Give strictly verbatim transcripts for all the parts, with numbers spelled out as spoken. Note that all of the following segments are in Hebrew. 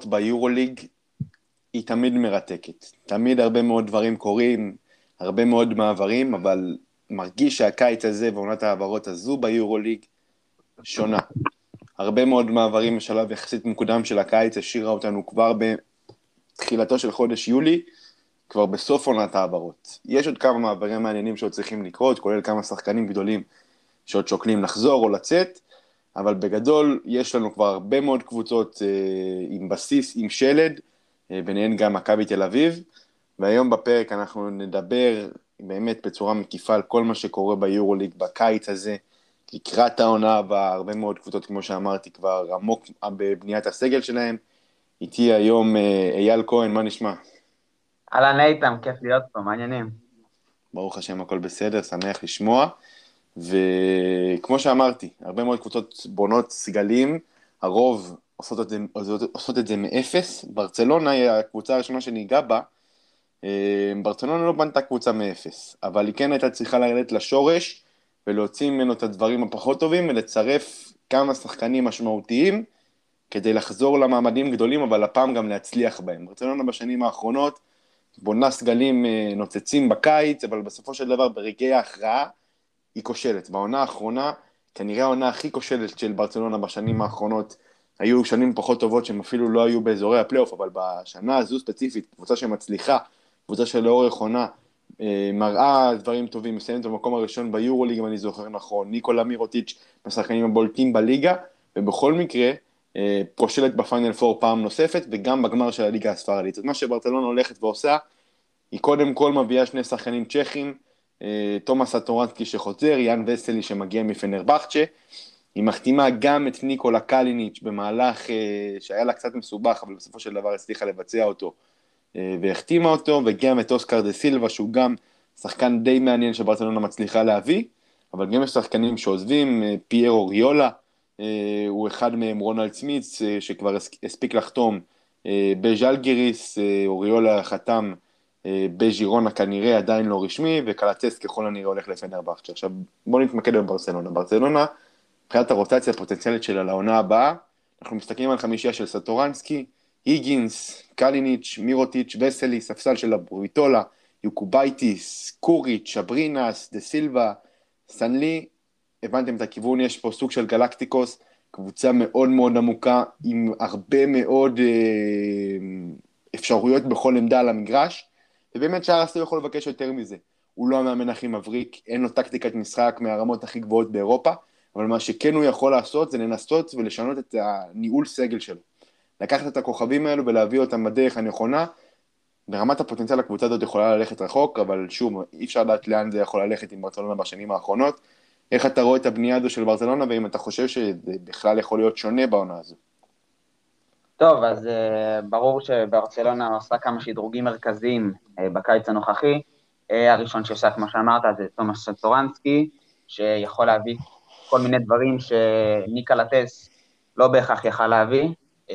ביורוליג היא תמיד מרתקת. תמיד הרבה מאוד דברים קורים, הרבה מאוד מעברים, אבל מרגיש שהקיץ הזה ועונת העברות הזו ביורוליג שונה. הרבה מאוד מעברים בשלב יחסית מוקדם של הקיץ, השאירה אותנו כבר בתחילתו של חודש יולי, כבר בסוף עונת העברות. יש עוד כמה מעברים מעניינים שעוד צריכים לקרות, כולל כמה שחקנים גדולים שעוד שוקלים לחזור או לצאת, אבל בגדול יש לנו כבר הרבה מאוד קבוצות אה, עם בסיס, עם שלד, אה, ביניהן גם מכבי תל אביב, והיום בפרק אנחנו נדבר באמת בצורה מקיפה על כל מה שקורה ביורוליג בקיץ הזה, לקראת העונה הבאה, הרבה מאוד קבוצות כמו שאמרתי כבר עמוק בבניית הסגל שלהם. איתי היום אה, אייל כהן, מה נשמע? אהלן איתם, כיף להיות פה, מעניינים. ברוך השם הכל בסדר, שמח לשמוע. וכמו שאמרתי, הרבה מאוד קבוצות בונות סגלים, הרוב עושות את זה, עושות את זה מאפס. ברצלונה היא הקבוצה הראשונה שניגע בה. ברצלונה לא בנתה קבוצה מאפס, אבל היא כן הייתה צריכה לרדת לשורש ולהוציא ממנו את הדברים הפחות טובים ולצרף כמה שחקנים משמעותיים כדי לחזור למעמדים גדולים, אבל הפעם גם להצליח בהם. ברצלונה בשנים האחרונות בונה סגלים נוצצים בקיץ, אבל בסופו של דבר ברגעי ההכרעה היא כושלת. בעונה האחרונה, כנראה העונה הכי כושלת של ברצלונה בשנים האחרונות, היו שנים פחות טובות שהם אפילו לא היו באזורי הפלייאוף, אבל בשנה הזו ספציפית, קבוצה שמצליחה, קבוצה שלאורך עונה, מראה דברים טובים, מסיימת במקום הראשון ביורוליג, אם אני זוכר נכון, ניקולה מירוטיץ' משחקנים הבולטים בליגה, ובכל מקרה, כושלת בפיינל פור פעם נוספת, וגם בגמר של הליגה הספרדית. זאת מה שברצלונה הולכת ועושה, היא קודם כל מביאה שני שחקנים צ'כים, תומאס סטורנסקי שחוזר, יאן וסלי שמגיע מפנרבחצ'ה, היא מחתימה גם את ניקולה קליניץ' במהלך שהיה לה קצת מסובך, אבל בסופו של דבר הצליחה לבצע אותו, והחתימה אותו, וגם את אוסקר דה סילבה, שהוא גם שחקן די מעניין שברצלונה מצליחה להביא, אבל גם יש שחקנים שעוזבים, פייר אוריולה, הוא אחד מהם, רונלד סמיץ, שכבר הספיק לחתום בז'לגיריס, אוריולה חתם בז'ירונה כנראה עדיין לא רשמי, וקלצס ככל הנראה הולך לפנרבחצ'ה. עכשיו בואו נתמקד בברצלונה. ברצלונה, מבחינת הרוטציה הפוטנציאלית שלה לעונה הבאה, אנחנו מסתכלים על חמישייה של סטורנסקי, היגינס, קליניץ', מירוטיץ', וסלי, ספסל של הברויטולה, יוקובייטיס, קוריץ', שברינס, דה סילבה, סנלי. הבנתם את הכיוון, יש פה סוג של גלקטיקוס, קבוצה מאוד מאוד עמוקה, עם הרבה מאוד אה, אפשרויות בכל עמדה על המגרש, ובאמת שהרס לא יכול לבקש יותר מזה. הוא לא המאמן הכי מבריק, אין לו טקטיקת משחק מהרמות הכי גבוהות באירופה, אבל מה שכן הוא יכול לעשות זה לנסות ולשנות את הניהול סגל שלו. לקחת את הכוכבים האלו ולהביא אותם בדרך הנכונה, ברמת הפוטנציאל הקבוצה הזאת יכולה ללכת רחוק, אבל שוב, אי אפשר לדעת לאן זה יכול ללכת עם ברצלונה בשנים האחרונות. איך אתה רואה את הבנייה הזו של ברצלונה, ואם אתה חושב שזה בכלל יכול להיות שונה בעונה הזו? טוב, אז uh, ברור שברצלונה עושה כמה שדרוגים מרכזיים uh, בקיץ הנוכחי. Uh, הראשון שעושה, כמו שאמרת, זה תומאס סטורנסקי, שיכול להביא כל מיני דברים שניקולה טס לא בהכרח יכל להביא. Uh,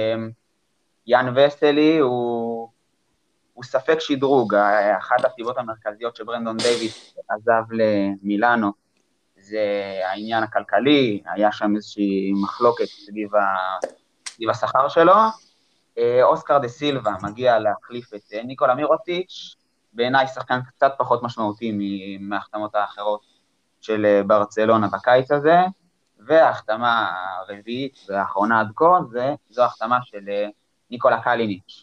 יאן וסלי הוא, הוא ספק שדרוג, אחת הסיבות המרכזיות שברנדון דייוויס עזב למילאנו, זה העניין הכלכלי, היה שם איזושהי מחלוקת סביב השכר שלו. אוסקר דה סילבה מגיע להחליף את ניקולה מירוטיץ', בעיניי שחקן קצת פחות משמעותי מההחתמות האחרות של ברצלונה בקיץ הזה, וההחתמה הרביעית והאחרונה עד כה, זה, זו ההחתמה של ניקולה קליניץ',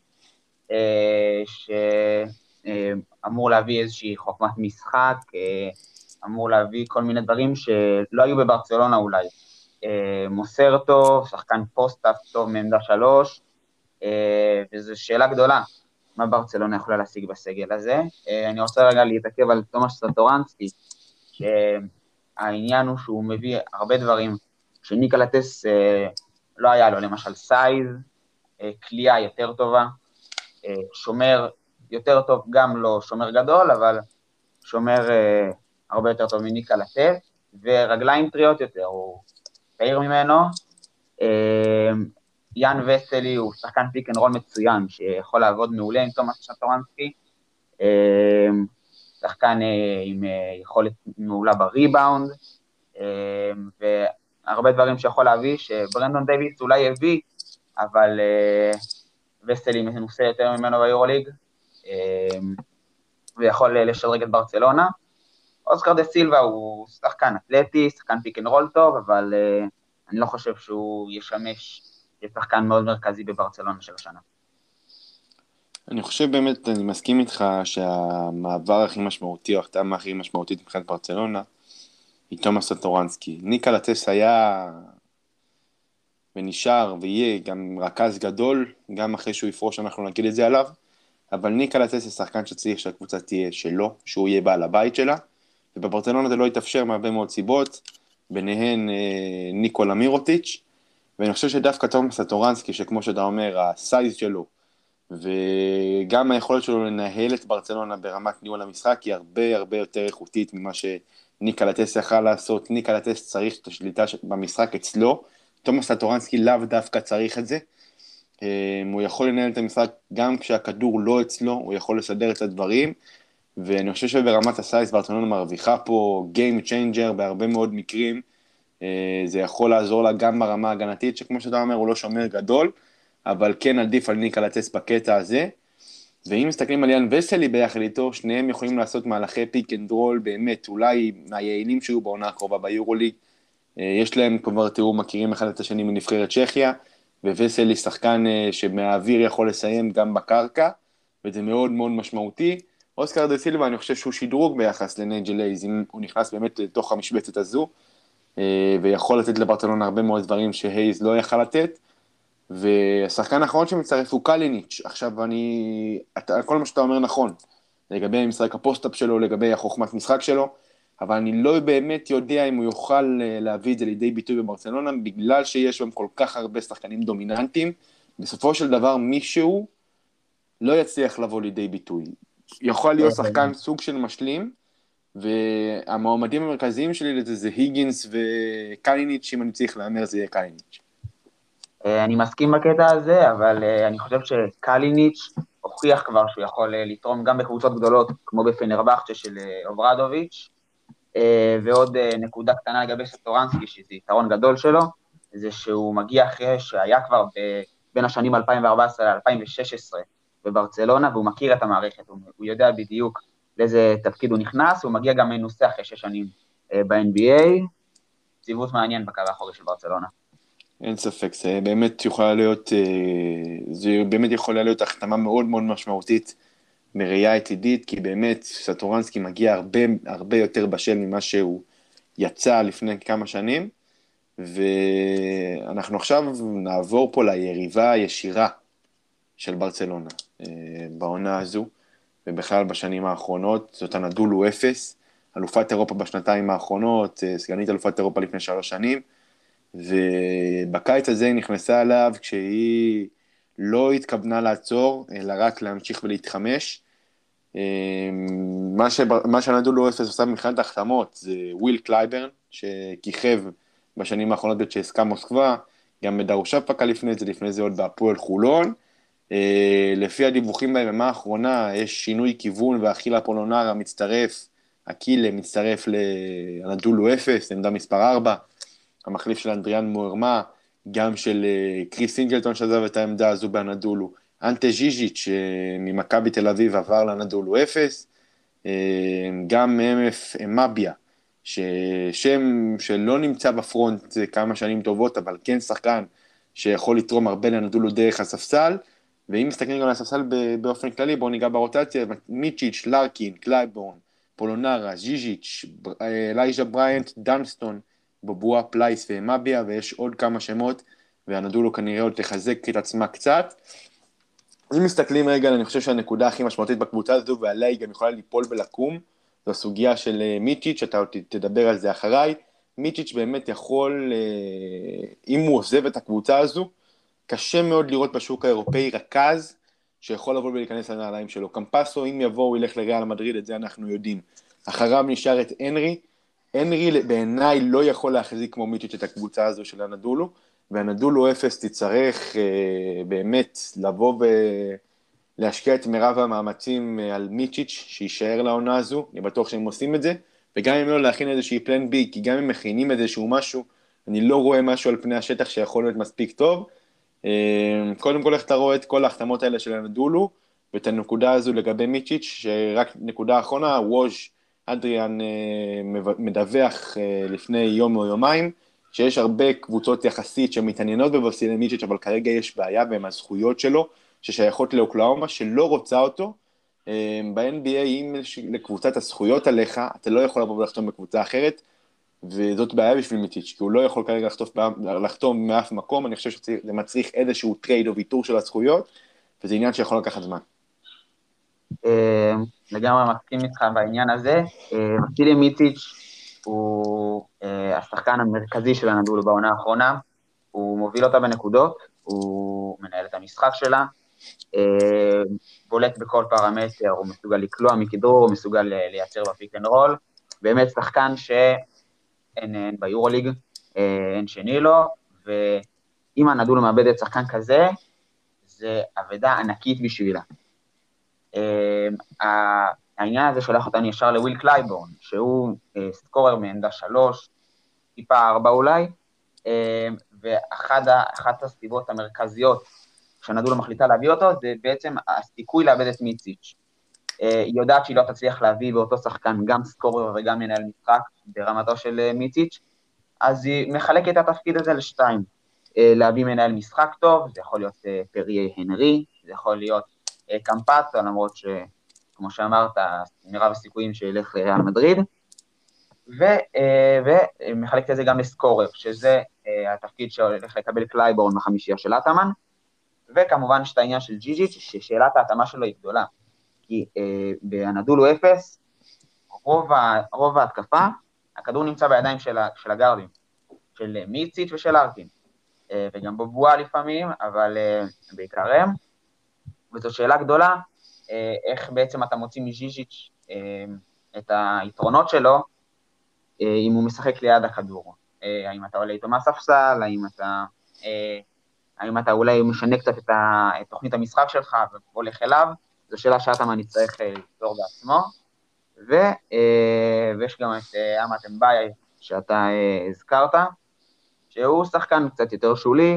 שאמור להביא איזושהי חוכמת משחק, אמור להביא כל מיני דברים שלא היו בברצלונה אולי. מוסר טוב, שחקן פוסט-אפ טוב מעמדה שלוש, וזו שאלה גדולה, מה ברצלונה יכולה להשיג בסגל הזה. אני רוצה רגע להתעכב על תומאס סטורנסקי, שהעניין הוא שהוא מביא הרבה דברים שניקולה טס לא היה לו, למשל סייז, קליעה יותר טובה, שומר יותר טוב, גם לא שומר גדול, אבל שומר הרבה יותר טוב מניקולה טס, ורגליים טריות יותר, הוא צעיר ממנו. יאן וסלי הוא שחקן פיק אנד רול מצוין, שיכול לעבוד מעולה עם תומאס סטורנסקי, שחקן עם יכולת מעולה בריבאונד, והרבה דברים שיכול להביא, שברנדון דייוויס אולי הביא אבל וסלי מנוסה יותר ממנו ביורוליג, ויכול לשדרג את ברצלונה. אוסקר דה סילבה הוא שחקן אתלטי, שחקן פיק אנד רול טוב, אבל אני לא חושב שהוא ישמש כשחקן מאוד מרכזי בברצלונה של השנה. אני חושב באמת, אני מסכים איתך שהמעבר הכי משמעותי, או ההחתמה הכי משמעותית מבחינת ברצלונה, היא תומאס סטורנסקי. ניקה לטס היה ונשאר ויהיה גם רכז גדול, גם אחרי שהוא יפרוש אנחנו נגיד את זה עליו, אבל ניקה לטס זה שחקן שצריך שהקבוצה תהיה שלו, שהוא יהיה בעל הבית שלה, ובברצלונה זה לא יתאפשר מהרבה מאוד סיבות, ביניהן אה, ניקולה מירוטיץ', ואני חושב שדווקא תומאס סטורנסקי, שכמו שאתה אומר, הסייז שלו, וגם היכולת שלו לנהל את ברצלונה ברמת ניהול המשחק היא הרבה הרבה יותר איכותית ממה שניקה לטס יכל לעשות. ניקה לטס צריך את השליטה במשחק אצלו, תומאס סטורנסקי לאו דווקא צריך את זה. הוא יכול לנהל את המשחק גם כשהכדור לא אצלו, הוא יכול לסדר את הדברים, ואני חושב שברמת הסייס ברצלונה מרוויחה פה game changer בהרבה מאוד מקרים. זה יכול לעזור לה גם ברמה הגנתית, שכמו שאתה אומר הוא לא שומר גדול, אבל כן עדיף על ניקה לטס בקטע הזה. ואם מסתכלים על יאן וסלי ביחד איתו, שניהם יכולים לעשות מהלכי פיק אנד רול באמת, אולי מהיעילים שהיו בעונה הקרובה ביורוליג. יש להם כבר תיאור, מכירים אחד את השני מנבחרת צ'כיה, ווסלי שחקן שמהאוויר יכול לסיים גם בקרקע, וזה מאוד מאוד משמעותי. אוסקר דה סילבה, אני חושב שהוא שדרוג ביחס לנייג'ל הייז, אם הוא נכנס באמת לתוך המשבצת הזו, ויכול לתת לברצלונה הרבה מאוד דברים שהייז לא יכל לתת. והשחקן האחרון שמצטרף הוא קליניץ'. עכשיו אני, כל מה שאתה אומר נכון, לגבי משחק הפוסט-אפ שלו, לגבי החוכמת משחק שלו, אבל אני לא באמת יודע אם הוא יוכל להביא את זה לידי ביטוי בברצלונה, בגלל שיש בהם כל כך הרבה שחקנים דומיננטיים, בסופו של דבר מישהו לא יצליח לבוא לידי ביטוי. יכול להיות שחקן סוג של משלים, והמועמדים המרכזיים שלי לזה זה היגינס וקליניץ', אם אני צריך לאמר זה יהיה קליניץ'. אני מסכים בקטע הזה, אבל אני חושב שקליניץ' הוכיח כבר שהוא יכול לתרום גם בקבוצות גדולות, כמו בפנרבחצ'ה של אוברדוביץ', ועוד נקודה קטנה לגבי סטורנסקי, שזה יתרון גדול שלו, זה שהוא מגיע אחרי שהיה כבר בין השנים אלפיים וארבע עשרה ל-אלפיים ושש עשרה בברצלונה, והוא מכיר את המערכת, הוא יודע בדיוק לאיזה תפקיד הוא נכנס, הוא מגיע גם מנוסה אחרי שש שנים ב-אן בי איי, ציוות מעניין בקו האחורי של ברצלונה. אין ספק, זה באמת יכולה להיות, זה באמת יכולה להיות החתמה מאוד מאוד משמעותית מראייה עתידית, כי באמת סטורנסקי מגיע הרבה, הרבה יותר בשל ממה שהוא יצא לפני כמה שנים, ואנחנו עכשיו נעבור פה ליריבה הישירה של ברצלונה בעונה הזו, ובכלל בשנים האחרונות, זאת הנדולו אפס, אלופת אירופה בשנתיים האחרונות, סגנית אלופת אירופה לפני שלוש שנים, ובקיץ הזה היא נכנסה עליו כשהיא לא התכוונה לעצור, אלא רק להמשיך ולהתחמש. מה, שבא, מה שנדולו אפס עושה מבחינת ההחתמות זה וויל קלייברן, שכיכב בשנים האחרונות בצ'סקה מוסקבה, גם בדרושפקה לפני זה, לפני זה עוד בהפועל חולון. לפי הדיווחים ביממה האחרונה, יש שינוי כיוון, והאכילה פולונרה מצטרף, אקילה מצטרף לנדולו אפס, עמדה מספר ארבע, המחליף של אנדריאן מוארמה, גם של קריס סינגלטון שעזב את העמדה הזו באנדולו, אנטה ז'יז'יץ' ממכבי תל אביב עבר לאנדולו אפס, גם אמף אמביה, ששם שלא נמצא בפרונט כמה שנים טובות, אבל כן שחקן שיכול לתרום הרבה לאנדולו דרך הספסל, ואם מסתכלים גם על הספסל באופן כללי, בואו ניגע ברוטציה, מיצ'יץ', לארקין, קלייבורן, פולונרה, ז'יז'יץ', אלייז'ה בריינט, דנסטון, בובואה, פלייס ואמביה, ויש עוד כמה שמות, והנדולו כנראה עוד תחזק את עצמה קצת. אם מסתכלים רגע, אני חושב שהנקודה הכי משמעותית בקבוצה הזו, ועליה היא גם יכולה ליפול ולקום, זו הסוגיה של מיצ'יץ', אתה תדבר על זה אחריי. מיצ'יץ' באמת יכול, אם הוא עוזב את הקבוצה הזו, קשה מאוד לראות בשוק האירופאי רכז, שיכול לבוא ולהיכנס לנעליים שלו. קמפסו, אם יבוא, הוא ילך לריאל מדריד, את זה אנחנו יודעים. אחריו נשאר את אנרי, אנרי בעיניי לא יכול להחזיק כמו מיצ'יץ' את הקבוצה הזו של הנדולו, והנדולו אפס תצטרך אה, באמת לבוא ולהשקיע את מירב המאמצים על מיצ'יץ' שישאר לעונה הזו, אני בטוח שהם עושים את זה, וגם אם לא להכין איזושהי פלן בי, כי גם אם מכינים איזשהו משהו, אני לא רואה משהו על פני השטח שיכול להיות מספיק טוב, קודם כל, איך אתה רואה את כל ההחתמות האלה של הנדולו, ואת הנקודה הזו לגבי מיצ'יץ', שרק נקודה האחרונה, ווז' אדריאן מדווח לפני יום או יומיים, שיש הרבה קבוצות יחסית שמתעניינות בווסיליה מיצ'יץ', אבל כרגע יש בעיה בהם הזכויות שלו, ששייכות לאוקלאומה, שלא רוצה אותו. ב-אן בי איי, אם לקבוצת הזכויות עליך, אתה לא יכול לבוא ולחתום בקבוצה אחרת, וזאת בעיה בשביל מיצ'יץ', כי הוא לא יכול כרגע לחתום מאף מקום. אני חושב שזה מצריך איזשהו טרייד או ויתור של הזכויות, וזה עניין שיכול לקחת זמן. לגמרי מסכים איתך בעניין הזה. וסילי מיציץ' הוא השחקן המרכזי של הנדולו בעונה האחרונה, הוא מוביל אותה בנקודות, הוא מנהל את המשחק שלה, בולט בכל פרמטר, הוא מסוגל לקלוע מכדרור, הוא מסוגל לייצר בפיק אנד רול, באמת שחקן שאין ביורוליג, אין שני לו, ואם הנדולו מאבד את שחקן כזה, זה עבודה ענקית בשבילה. העניין הזה שולח אותנו ישר לוויל קלייבורן, שהוא סקורר מעמדה שלוש, טיפה ארבע אולי, ואחת הסיבות המרכזיות כשהנדולו מחליטה להביא אותו, זה בעצם הסיכוי לאבד את מיציץ'. היא יודעת שהיא לא תצליח להביא באותו שחקן גם סקורר וגם מנהל משחק ברמתו של מיציץ', אז היא מחלקת את התפקיד הזה לשתיים. להביא מנהל משחק טוב, זה יכול להיות פריה הנרי, זה יכול להיות קמפטו, למרות שכמו שאמרת, מרב הסיכויים שילך לריאל מדריד, ומחלקת את זה גם לסקורר, שזה התפקיד שהולך לקבל קלייבורן בחמישייה של אטאמן, וכמובן יש את העניין של ג'יג'יץ', ששאלת ההתאמה שלו היא גדולה, כי בנדולו אפס, רוב ההתקפה, הכדור נמצא בידיים של הגארדים, של מיציץ' ושל ארקין, וגם בבואה לפעמים, אבל בעיקר הם, וזו שאלה גדולה, איך בעצם אתה מוציא מג'יג'יץ' את היתרונות שלו, אם הוא משחק ליד הכדור, האם אתה עולה איתו מהספסל, האם אתה, האם אתה אולי משנה קצת את תוכנית המשחק שלך והולך אליו, זו שאלה שאתה נצטרך לפתור בעצמו, ויש גם את אמת אמבאי שאתה הזכרת, שהוא שחקן קצת יותר שולי,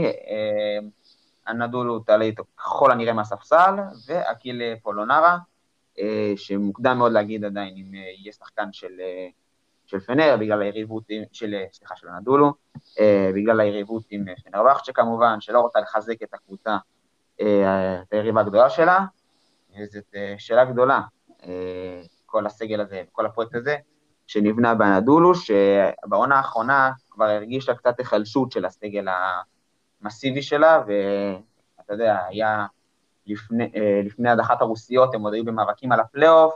הנדולו תעלה איתו ככל הנראה מהספסל, ואקיל פולונרה, שמוקדם מאוד להגיד עדיין אם יהיה שחקן של, של פנר, בגלל היריבות, של, סליחה, של הנדולו, בגלל היריבות עם פנרבחצ'ה כמובן, שלא רוצה לחזק את הקבוצה, את היריבה הגדולה שלה, וזאת שאלה גדולה, כל הסגל הזה, כל הפרויקט הזה, שנבנה בנדולו, שבעונה האחרונה כבר הרגישה קצת החלשות של הסגל המסיבי שלה, ואתה יודע, היה לפני, לפני הדחת הרוסיות, הם עוד היו במאבקים על הפלייאוף,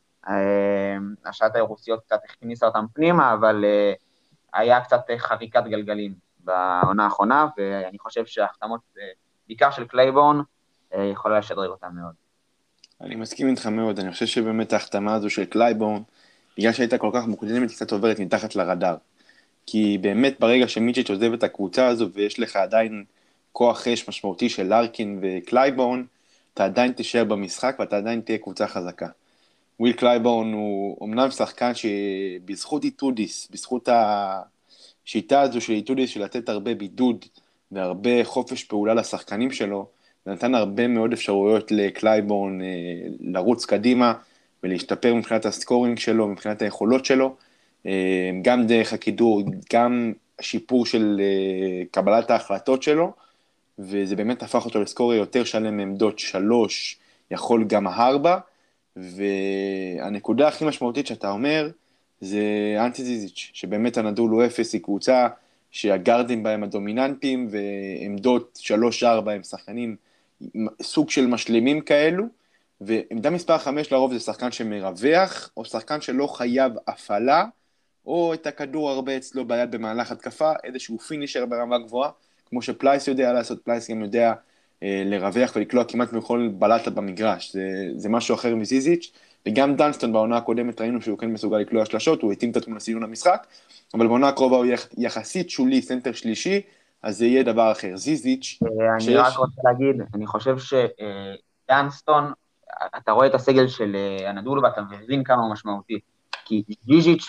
השעת הרוסיות קצת הכניסה אותם פנימה, אבל היה קצת חריקת גלגלים בעונה האחרונה, ואני חושב שההחתמות, בעיקר של קלייבורן, יכולה לשדרג אותם מאוד. אני מסכים איתך מאוד, אני חושב שבאמת ההחתמה הזו של קלייבורן, בגלל שהייתה כל כך מוקדמת, קצת עוברת מתחת לרדאר. כי באמת ברגע שמיצ'יץ' עוזב את הקבוצה הזו, ויש לך עדיין כוח אש משמעותי של לארקין וקלייבורן, אתה עדיין תישאר במשחק, ואתה עדיין תהיה קבוצה חזקה. וויל קלייבורן הוא אמנם שחקן שבזכות איטודיס, בזכות השיטה הזו של איטודיס, של לתת הרבה בידוד, והרבה חופש פעולה לשחקנים שלו, זה נתן הרבה מאוד אפשרויות לקלייבורן לרוץ קדימה, ולהשתפר מבחינת הסקורינג שלו, מבחינת היכולות שלו, גם דרך הכידור, גם שיפור של קבלת ההחלטות שלו, וזה באמת הפך אותו לסקורר יותר שלם מעמדות שלוש, יכול גם ארבע, והנקודה הכי משמעותית שאתה אומר, זה אנטי זיזיץ', שבאמת הנדולו אפס היא קבוצה שהגארדים בהם הדומיננטיים, ועמדות שלוש ארבע הם שחקנים סוג של משלימים כאלו, ועמדה מספר חמש לרוב זה שחקן שמרווח, או שחקן שלא חייב הפעלה, או את הכדור הרבה אצלו ביד במהלך התקפה, איזשהו פינישר ברמה גבוהה, כמו שפלייס יודע לעשות, פלייס גם יודע אה, לרווח ולקלוע כמעט מכל בלטה במגרש, זה, זה משהו אחר מזיזיץ', וגם דנסטון בעונה הקודמת ראינו שהוא כן מסוגל לקלוע שלשות, הוא התאים את עצמו לסיום המשחק, אבל בעונה הקרובה הוא יחסית שולי, סנטר שלישי, אז זה יהיה דבר אחר. זיזיץ' אני שיש... רק רוצה להגיד, אני חושב שדנסטון, אתה רואה את הסגל של הנדולו ואתה מבין כמה הוא משמעותי, כי ג'יז'יץ'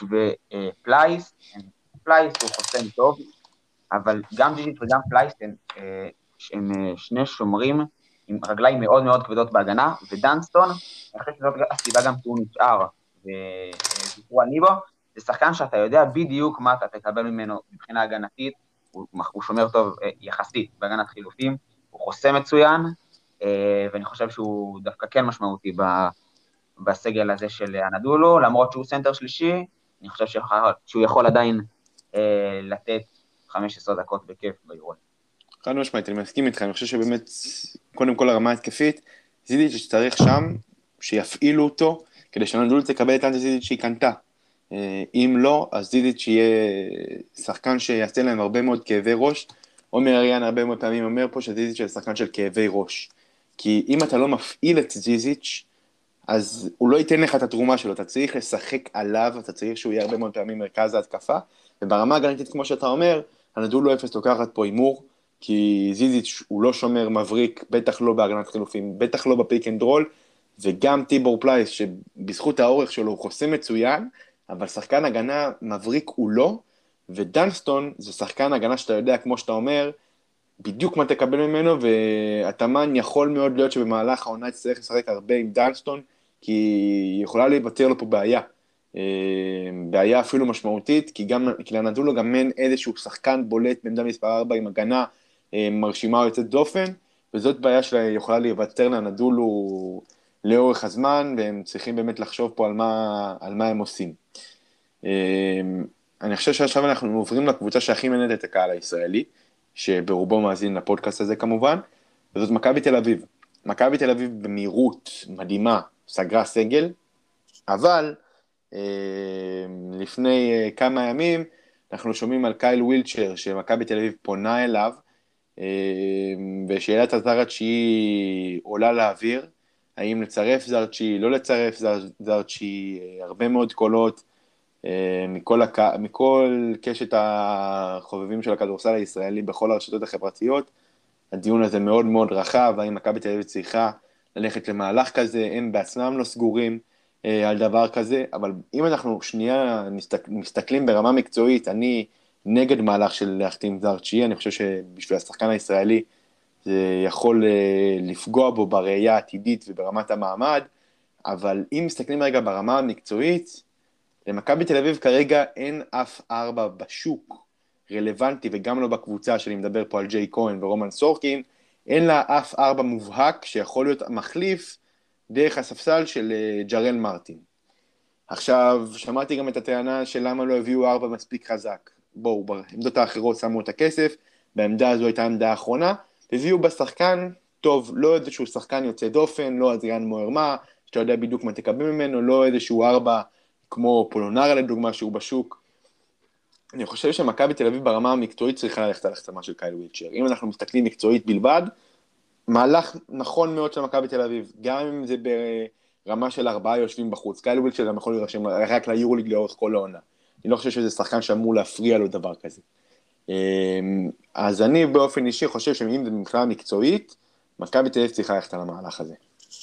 ופלייס, פלייס הוא חוסם טוב, אבל גם ג'יז'יץ' וגם פלייס הם הם שני שומרים עם רגליים מאוד מאוד כבדות בהגנה, ודנסטון, אני חושב שזאת הסיבה גם שהוא נשאר, וזכרו על ניבו, זה שחקן שאתה יודע בדיוק מה אתה תקבל ממנו מבחינה הגנתית, הוא, הוא שומר טוב יחסית בהגנת חילופים, הוא חוסה מצוין, ואני חושב שהוא דווקא כן משמעותי בסגל הזה של אנדולו, למרות שהוא סנטר שלישי, אני חושב שהוא יכול עדיין לתת חמש עשרה דקות בכיף ביורוליג. חד משמעית, אני מסכים איתך, אני חושב שבאמת, קודם כל הרמה התקפית, זידיץ' שצריך שם, שיפעילו אותו, כדי שאנדולו תקבל את אנטי זידיץ' שהיא קנתה. אם לא, אז זידיץ' יהיה שחקן שיעשה להם הרבה מאוד כאבי ראש, עומר אריאן הרבה מאוד פעמים אומר פה שזידיץ' הוא שחקן של כאבי ראש. כי אם אתה לא מפעיל את זידיץ', אז הוא לא ייתן לך את התרומה שלו, אתה צריך לשחק עליו, אתה צריך שהוא יהיה הרבה מאוד פעמים מרכז ההתקפה, וברמה הגנתית, כמו שאתה אומר, אנדולו אפס לוקחת פה אימור, כי זיזיץ' הוא לא שומר מבריק, בטח לא בהגנת חילופים, בטח לא בפיק אנד רול, וגם טיבור פלייס, שבזכות האורך שלו הוא חוסם מצוין, אבל שחקן הגנה מבריק הוא לא, ודנסטון זה שחקן הגנה שאתה יודע, כמו שאתה אומר, בדיוק מה תקבל ממנו, והתאמן יכול מאוד להיות שבמהלך העונה צריך לשחק הרבה עם דנסטון, כי היא יכולה להיוותר לו פה בעיה. בעיה אפילו משמעותית, כי גם, כי לאנדולו גם אין איזשהו שחקן בולט בעמדה מספר ארבע עם הגנה מרשימה או יוצאת דופן, וזאת בעיה שיכולה להיוותר לאנדולו לאורך הזמן, והם צריכים באמת לחשוב פה על מה, על מה הם עושים. אני חושב שעכשיו אנחנו עוברים לקבוצה שהכי מעניינת את הקהל הישראלי, שברובו מאזין לפודקאסט הזה כמובן, וזאת מכבי תל אביב. מכבי תל אביב במהירות מדהימה סגרה סגל, אבל לפני כמה ימים אנחנו שומעים על קייל ווילצ'ר שמכבי תל אביב פונה אליו, ושאלת הזרצ'י עולה לאוויר, האם לצרף זרצ'י, לא לצרף זרצ'י, הרבה מאוד קולות מכל, הק... מכל קשת החובבים של הכדורסל הישראלי בכל הרשתות החברתיות. הדיון הזה מאוד מאוד רחב, האם מכבי תל אביב צריכה ללכת למהלך כזה, הם בעצמם לא סגורים אה, על דבר כזה, אבל אם אנחנו שנייה מסתכל, מסתכלים ברמה מקצועית, אני נגד מהלך של להחתים זרצ'י, אני חושב שבשביל השחקן הישראלי זה יכול אה, לפגוע בו בראייה העתידית וברמת המעמד, אבל אם מסתכלים רגע ברמה המקצועית, למכבי תל אביב כרגע אין אף ארבע בשוק רלוונטי, וגם לא בקבוצה שאני מדבר פה על ג'יי כהן ורומן סורקין, אין לה אף ארבע מובהק שיכול להיות מחליף דרך הספסל של ג'רל מרטין. עכשיו, שמעתי גם את הטענה של למה לא הביאו ארבע מספיק חזק. בואו, בעמדות האחרות שמו את הכסף, בעמדה הזו הייתה העמדה האחרונה, הביאו בשחקן טוב, לא איזשהו שחקן יוצא דופן, לא אדריאן מוהרמה, שאתה יודע בדיוק מה תקבל ממנו, לא איזשהו ארבע כמו פולונרה לדוגמה שהוא בשוק. אני חושב שמכבי תל אביב ברמה המקצועית צריכה ללכת על החתמה של קייל ווילצ'ר. אם אנחנו מסתכלים מקצועית בלבד, מהלך נכון מאוד של מכבי תל אביב, גם אם זה ברמה של ארבעה יושבים בחוץ. קייל ווילצ'ר גם יכול להירשם רק ליורוליג לאורך כל העונה. אני לא חושב שזה שחקן שאמור להפריע לו דבר כזה. אז אני באופן אישי חושב שאם זה מבחינה מקצועית, מכבי תל אביב צריכה ללכת על המהלך הזה.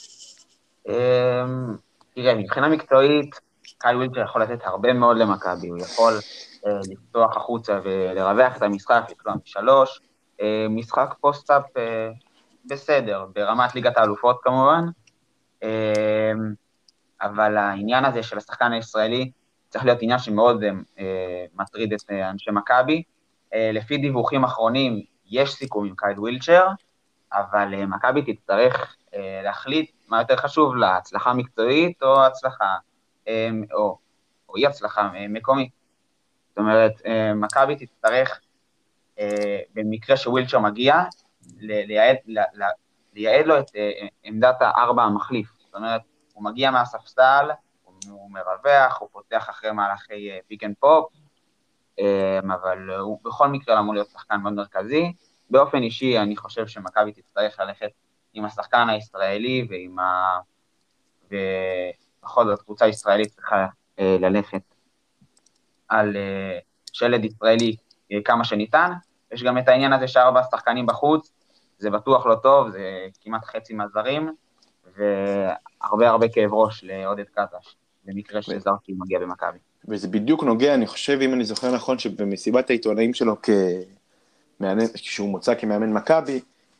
תראה, מבחינה מקצועית, קייל ווילצ'ר יכול לתת הרבה מאוד למכבי, הוא יכול אה, לפתוח החוצה ולרווח את המשחק, לפתוח משלוש, אה, משחק פוסט-אפ אה, בסדר, ברמת ליגת האלופות כמובן, אה, אבל העניין הזה של השחקן הישראלי צריך להיות עניין שמאוד אה, מטריד את אה, אנשי מכבי. אה, לפי דיווחים אחרונים יש סיכום עם קייל ווילצ'ר, אבל אה, מכבי תצטרך אה, להחליט מה יותר חשוב לה, הצלחה מקצועית או הצלחה או, או אי הצלחה מקומית. זאת אומרת, מכבי תצטרך, במקרה שווילצ'ר מגיע, לייעד, לייעד לו את עמדת הארבע המחליף. זאת אומרת, הוא מגיע מהספסל, הוא מרווח, הוא פותח אחרי מהלכי פיק אנד פופ, אבל הוא בכל מקרה אמור להיות שחקן מאוד מרכזי. באופן אישי, אני חושב שמכבי תצטרך ללכת עם השחקן הישראלי ועם ה... ובכל זאת, קבוצה ישראלית צריכה אה, ללכת על אה, שלד ישראלי אה, כמה שניתן. יש גם את העניין הזה שארבע שחקנים בחוץ, זה בטוח לא טוב, זה כמעט חצי מהזרים, והרבה הרבה כאב ראש לעודד קטש, במקרה שזרקי מגיע במכבי. וזה בדיוק נוגע, אני חושב, אם אני זוכר נכון, שבמסיבת העיתונאים שלו כמאמן, כשהוא מוצא כמאמן מכבי,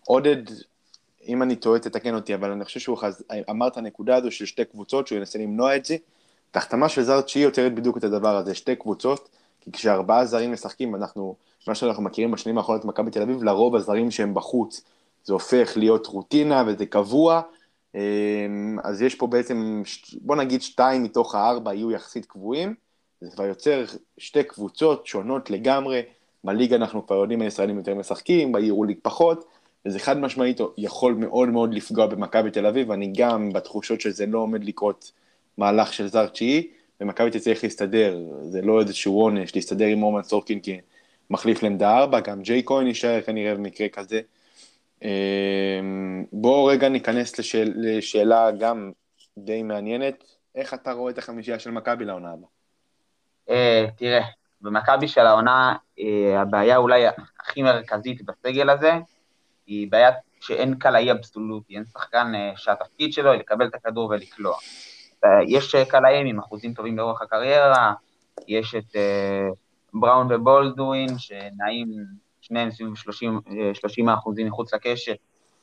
עודד, אם אני טועה תתקן אותי, אבל אני חושב שהוא חז... אמר את הנקודה הזו של שתי קבוצות, שהוא ינסה למנוע את זה, תחתמה של זר תשיעי יוצרת בדיוק את הדבר הזה, שתי קבוצות, כי כשארבעה זרים משחקים, אנחנו, מה שאנחנו מכירים בשנים האחרונות מכבי תל אביב, לרוב הזרים שהם בחוץ, זה הופך להיות רוטינה וזה קבוע, אז יש פה בעצם, בוא נגיד שתיים מתוך הארבע יהיו יחסית קבועים, זה כבר יוצר שתי קבוצות שונות לגמרי, בליגה אנחנו כבר יודעים הישראלים יותר משחקים, ביורוליג פחות, וזה חד משמעית יכול מאוד מאוד לפגוע במכבי תל אביב, ואני גם בתחושות שזה לא עומד לקרות מהלך של זר תשיעי, ומכבי תצטרך להסתדר, זה לא איזשהו עונש, להסתדר עם רומן סורקין כמחליף לעמדה ארבע, גם ג'יי כהן יישאר כנראה במקרה כזה. בואו רגע ניכנס לשאל, לשאלה גם די מעניינת, איך אתה רואה את החמישייה של מכבי לעונה הבאה? תראה, במכבי של העונה, הבעיה אולי הכי מרכזית בסגל הזה, היא בעיה שאין קלעי אבסולוטי, אין שחקן שהתפקיד שלו היא לקבל את הכדור ולקלוע. יש קלעים עם אחוזים טובים לאורך הקריירה, יש את בראון ובולדווין, שנעים שניהם סביב שלושים אחוזים מחוץ לקשת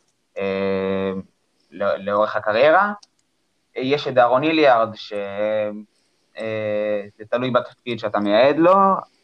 לאורך הקריירה. יש את דארון היליארד, שזה תלוי בתפקיד שאתה מייעד לו.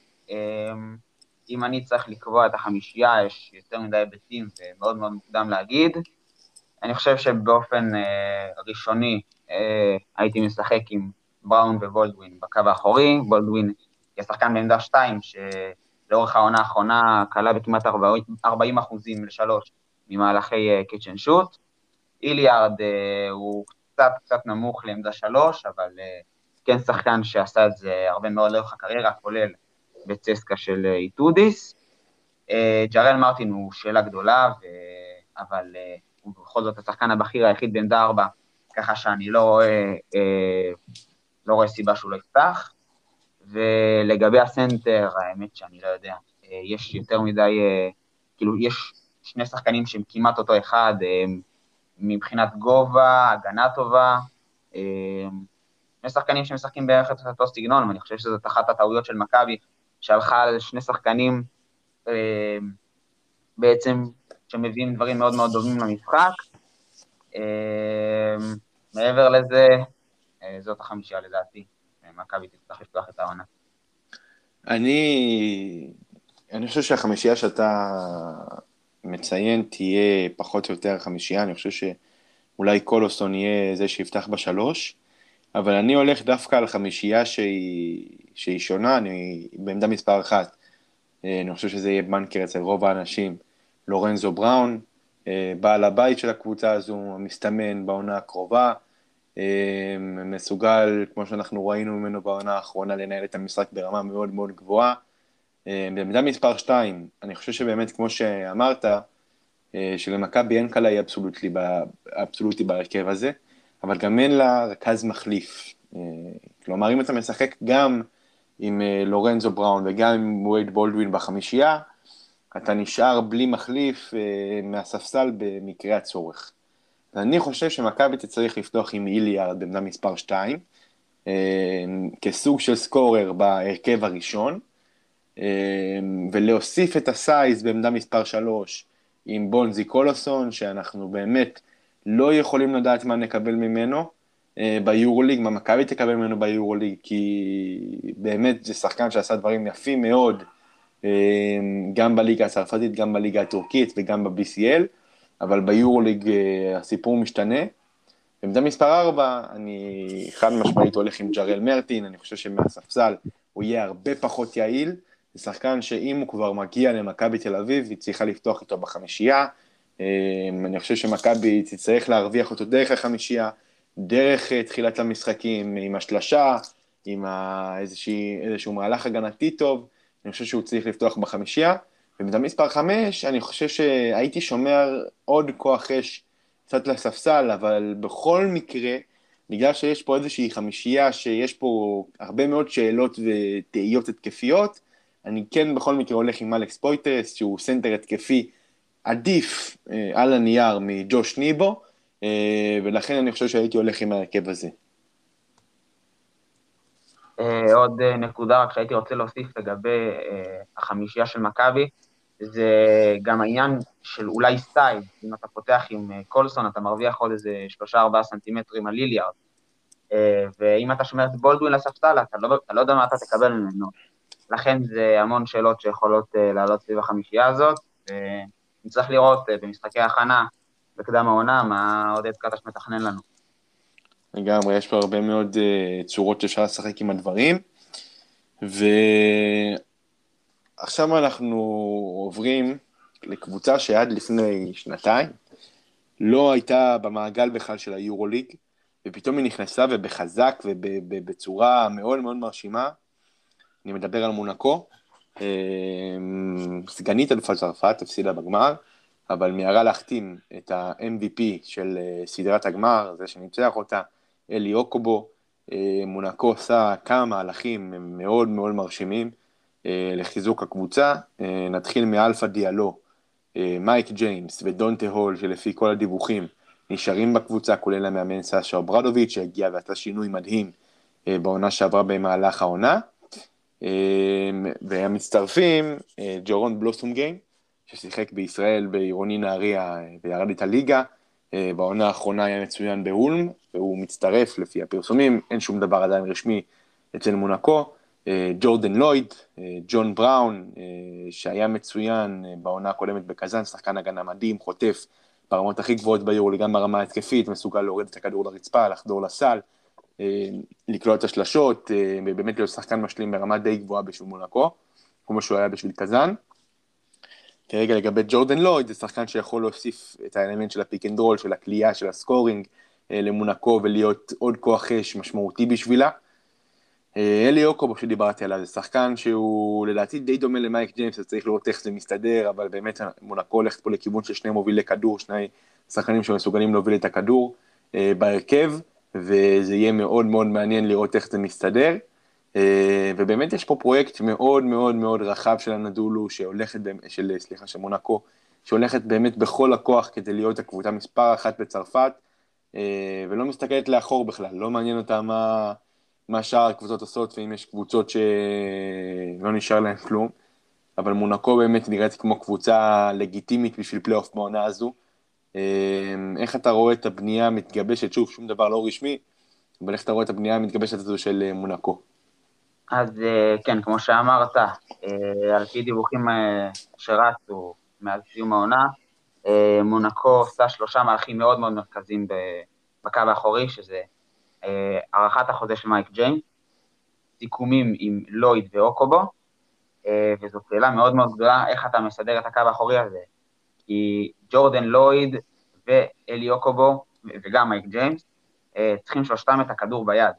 אם אני צריך לקבוע את החמישייה, יש יותר מדי היבטים ומאוד מאוד מוקדם להגיד. אני חושב שבאופן ראשוני הייתי משחק עם בראון ובולדווין בקו האחורי, בולדווין כשחקן בעמדה שתיים, שלאורך העונה האחרונה קלה בכמעט ארבעים אחוזים לשלוש ממהלכי קאץ' אנד שוט. היליארד הוא קצת קצת נמוך לעמדה שלוש, אבל כן שחקן שעשה את זה הרבה מאוד לאורך הקריירה, כולל בצסקה של איטודיס. ג'רל מרטין הוא שאלה גדולה, אבל הוא בכל זאת השחקן הבכיר היחיד בעמדה ארבע, ככה שאני לא רואה, לא רואה סיבה שהוא לא יפתח. ולגבי הסנטר, האמת שאני לא יודע, יש יותר מדי, כאילו יש שני שחקנים שהם כמעט אותו אחד, מבחינת גובה, הגנה טובה, שני שחקנים שמשחקים בערך את אותו סגנון, ואני חושב שזאת אחת הטעויות של מכבי, שהלכה על שני שחקנים בעצם שמביאים דברים מאוד מאוד דומים למשחק. מעבר לזה, זאת החמישייה לדעתי, מכבי תצטרך לפתוח את העונה. אני, אני חושב שהחמישייה שאתה מציין תהיה פחות או יותר חמישייה, אני חושב שאולי קולוסון יהיה זה שיפתח בשלוש, אבל אני הולך דווקא על חמישייה שהיא, שהיא שונה, אני בעמדה מספר אחת, אני חושב שזה יהיה בנקר אצל רוב האנשים, לורנזו בראון, בעל הבית של הקבוצה הזו, המסתמן בעונה הקרובה, מסוגל, כמו שאנחנו ראינו ממנו בעונה האחרונה, לנהל את המשחק ברמה מאוד מאוד גבוהה. בעמדה מספר שתיים, אני חושב שבאמת, כמו שאמרת, שלמכבי אין קלעי אבסולוטי, אבסולוטי בהרכב הזה, אבל גם אין לה רכז מחליף. כלומר, אם אתה משחק גם עם לורנזו בראון וגם עם וייד בולדווין בחמישייה, אתה נשאר בלי מחליף מהספסל במקרה הצורך. אני חושב שמכבי תצטרך לפתוח עם היליארד בעמדה מספר שתיים, כסוג של סקורר בהרכב הראשון, ולהוסיף את הסייז בעמדה מספר שלוש עם בונזי קולוסון, שאנחנו באמת לא יכולים לדעת מה נקבל ממנו ביורוליג, מה מכבי תקבל ממנו ביורוליג, כי באמת זה שחקן שעשה דברים יפים מאוד, גם בליגה הצרפתית, גם בליגה הטורקית וגם ב-בי סי אל, אבל ביורוליג הסיפור משתנה. בעמדה מספר ארבע, אני חד משמעית הולך עם ג'רל מרטין, אני חושב שמהספסל הוא יהיה הרבה פחות יעיל, זה שחקן שאם הוא כבר מגיע למכבי תל אביב, היא צריכה לפתוח איתו בחמישייה, אני חושב שמכבי תצטרך להרוויח אותו דרך החמישייה, דרך תחילת המשחקים, עם השלשה, עם איזשהו מהלך הגנתי טוב, אני חושב שהוא צריך לפתוח בחמישייה, ובעמדה מספר חמש, אני חושב שהייתי שומר עוד כוח אש קצת לספסל, אבל בכל מקרה, בגלל שיש פה איזושהי חמישייה, שיש פה הרבה מאוד שאלות ותהיות התקפיות, אני כן בכל מקרה הולך עם אלכס פויטרס, שהוא סנטר התקפי עדיף אה, על הנייר מג'וש ניבו, אה, ולכן אני חושב שהייתי הולך עם ההרכב הזה. אה, עוד נקודה רק שהייתי רוצה להוסיף לגבי אה, החמישייה של מכבי, זה גם העניין של אולי סטייל, אם אתה פותח עם קולסון, אתה מרוויח עוד איזה שלושה ארבעה סנטימטרים על ליליארד, ואם אתה שומר את בולדווין לספסל, אתה לא, אתה לא יודע מה אתה תקבל ממנו. לכן זה המון שאלות שיכולות לעלות סביב החמישייה הזאת, ונצטרך לראות במשחקי ההכנה, בקדם העונה, מה עודד קטש מתכנן לנו. לגמרי, יש פה הרבה מאוד uh, צורות שאפשר לשחק עם הדברים, ועכשיו אנחנו עוברים לקבוצה שעד לפני שנתיים לא הייתה במעגל בכלל של היורוליג, ופתאום היא נכנסה ובחזק ובצורה מאוד מאוד מרשימה. אני מדבר על מונקו, סגנית אלופת צרפת, הפסידה בגמר, אבל מיהרה להחתים את ה-אם וי פי של סדרת הגמר, זה שניצח אותה, אלי אוקובו. מונקו עושה כמה מהלכים מאוד מאוד מרשימים לחיזוק הקבוצה. נתחיל מאלפה דיאלו, מייק ג'יימס ודונטה הול, שלפי כל הדיווחים נשארים בקבוצה, כולל המאמן סאשה אוברדוביץ' שהגיע ועשה שינוי מדהים בעונה שעברה במהלך העונה. והמצטרפים, ג'ורון בלוסומגיין, ששיחק בישראל בעירוני נהריה וירד את הליגה, בעונה האחרונה היה מצוין באולם, והוא מצטרף לפי הפרסומים, אין שום דבר עדיין רשמי אצל מונקו. ג'ורדן לויד, ג'ון בראון, שהיה מצוין בעונה הקודמת בקזאן, שחקן הגנה מדהים, חוטף ברמות הכי גבוהות ביורוליג, גם ברמה התקפית, מסוגל להוריד את הכדור לרצפה, לחדור לסל, לקלוע את השלשות, ובאמת להיות שחקן משלים ברמה די גבוהה בשביל מונקו, כמו שהוא היה בשביל קזאן. כרגע לגבי ג'ורדן לויד, זה שחקן שיכול להוסיף את האלמנט של הפיק אנד רול, של הקליעה, של הסקורינג למונקו, ולהיות עוד כוח אש משמעותי בשבילה. אלי אוקובו שדיברתי עליו, זה שחקן שהוא לדעתי די דומה למייק ג'יימס, אז צריך לראות איך זה מסתדר, אבל באמת מונקו הולכת פה לכיוון של שני מובילי כדור, שני שחקנים שמסוגלים להוביל את הכדור בהרכב, וזה יהיה מאוד מאוד מעניין לראות איך זה מסתדר. ובאמת יש פה פרויקט מאוד מאוד מאוד רחב של הנדולו, שהולכת, של, סליחה, של מונקו, שהולכת באמת בכל הכוח כדי להיות הקבוצה מספר אחת בצרפת, ולא מסתכלת לאחור בכלל, לא מעניין אותה מה, מה שאר הקבוצות עושות, ואם יש קבוצות שלא נשאר להן כלום, אבל מונקו באמת נראית כמו קבוצה לגיטימית בשביל פלייאוף בעונה הזו. איך אתה רואה את הבנייה המתגבשת, שוב, שום דבר לא רשמי, אבל איך אתה רואה את הבנייה המתגבשת הזו של מונקו? אז כן, כמו שאמרת, על פי דיווחים שרצו מאז סיום העונה, מונקו עושה שלושה מהלכים מאוד מאוד מרכזיים בקו האחורי, שזה ערכת החוזה של מייק ג'יימס, סיכומים עם לויד ואוקובו, וזו שאלה מאוד מאוד גדולה, איך אתה מסדר את הקו האחורי הזה, כי ג'ורדן לויד ואלי אוקובו, וגם מייק ג'יימס, צריכים שלושתם את הכדור ביד.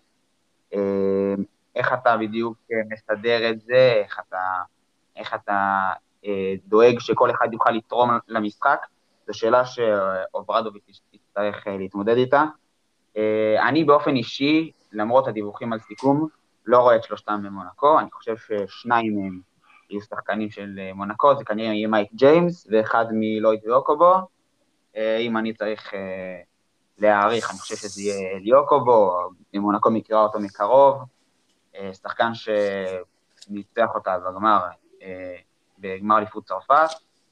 איך אתה בדיוק מסדר את זה, איך אתה, איך אתה דואג שכל אחד יוכל לתרום למשחק, זו שאלה שאוברדוביץ' יצטרך להתמודד איתה. אני באופן אישי, למרות הדיווחים על סיכום, לא רואה את שלושתם במונקו, אני חושב ששניים מהם יהיו שחקנים של מונקו, זה כנראה יהיה מייק ג'יימס, ואחד מלויד ואוקובו. אם אני צריך להעריך, אני חושב שזה יהיה ליוקובו, אם מונקו מכירה אותו מקרוב, שחקן שניצח אותה בגמר, בגמר אליפות צרפת.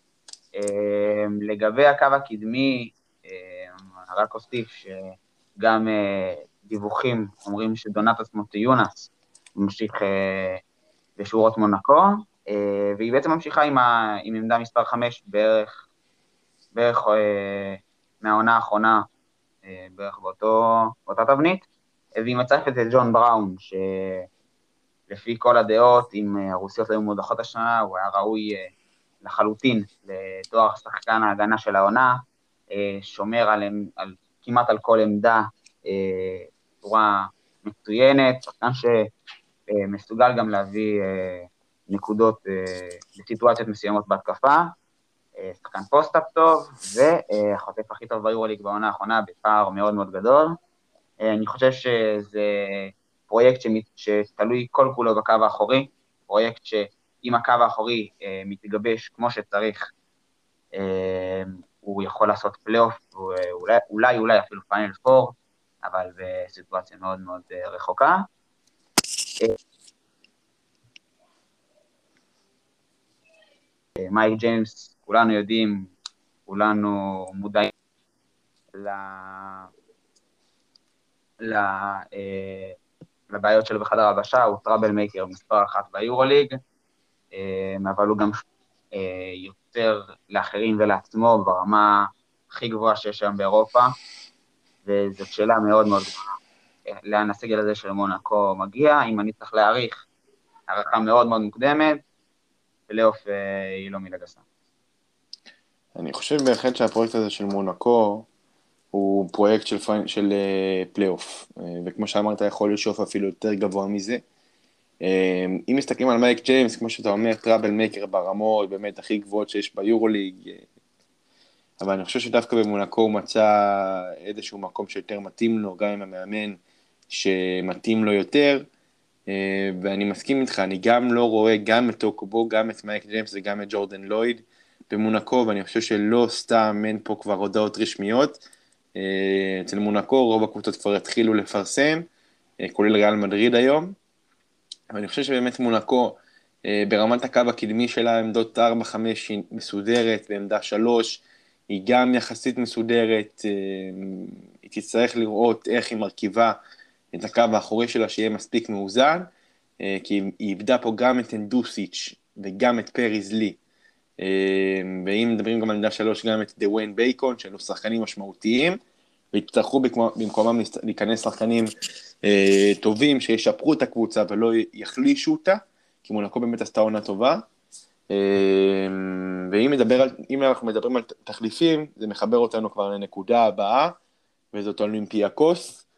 לגבי הקו הקדמי, רק אוסיף שגם דיווחים אומרים שדונטס מוטיונס ממשיך בשורות מונקו, והיא בעצם ממשיכה עם, ה, עם עמדה מספר חמש בערך, בערך מהעונה האחרונה, בערך באותו, באותה תבנית, והיא מצטרפת את ג'ון בראון, שלפי כל הדעות, אם הרוסיות היו מודחות השנה, הוא היה ראוי לחלוטין לתואר שחקן ההגנה של העונה, שומר על, על, כמעט על כל עמדה בצורה מצוינת, שחקן שמסוגל גם להביא נקודות בסיטואציות מסוימות בהתקפה, שחקן פוסט-אפ טוב, והחוטף הכי טוב ביורוליג בעונה האחרונה בפער מאוד מאוד גדול. אני חושב שזה פרויקט שתלוי כל כולו בקו האחורי, פרויקט שאם הקו האחורי מתגבש כמו שצריך, הוא יכול לעשות פלייאוף, אולי, אולי, אולי אפילו פיינל פור, אבל בסיטואציה מאוד מאוד רחוקה. מייק ג'יימס, כולנו יודעים, כולנו מודעים ל... ל... אה, לבעיות שלו בחדר הבשה, הוא טראבל מייקר מספר אחת ביורוליג, אה, אבל הוא גם אה, יוצר לאחרים ולעצמו ברמה הכי גבוהה שיש היום באירופה, וזאת שאלה מאוד מאוד גדולה. לאן הסגל הזה של מונאקו מגיע, אם אני צריך להעריך הערכה מאוד מאוד מוקדמת, פלייאוף היא לא מילה גסה. אני חושב בהחלט שהפרויקט הזה של מונאקו הוא פרויקט של, פיין, של uh, פלייאוף, uh, וכמו שאמרת יכול לשאוף אפילו יותר גבוה מזה. Uh, אם מסתכלים על מייק ג'יימס, כמו שאתה אומר, טראבל מייקר ברמות באמת הכי גבוהות שיש ביורוליג, uh, אבל אני חושב שדווקא במונאקו הוא מצא איזשהו מקום שיותר מתאים לו, גם עם המאמן שמתאים לו יותר, uh, ואני מסכים איתך, אני גם לא רואה גם את טוקובו, גם את מייק ג'יימס וגם את ג'ורדן לויד במונאקו, ואני חושב שלא סתם אין פה כבר הודעות רשמיות, אצל מונאקו רוב הקבוצות כבר התחילו לפרסם, כולל ריאל מדריד היום, אבל אני חושב שבאמת מונאקו ברמת הקו הקדמי שלה, עמדות ארבע חמש היא מסודרת, בעמדה שלוש היא גם יחסית מסודרת, היא תצטרך לראות איך היא מרכיבה את הקו האחורי שלה שיהיה מספיק מאוזן, כי היא איבדה פה גם את אנדוסיץ' וגם את פריז לי, ואם מדברים גם על עמדה שלוש, גם את דוויין בייקון, שהיו שחקנים משמעותיים, והצטרכו במקומם להיכנס שחקנים אה, טובים, שישפרו את הקבוצה ולא יחלישו אותה, כי מונאקו באמת עשתה עונה טובה. אה, ואם מדבר על, אם אנחנו מדברים על תחליפים, זה מחבר אותנו כבר לנקודה הבאה, וזאת אולימפיאקוס,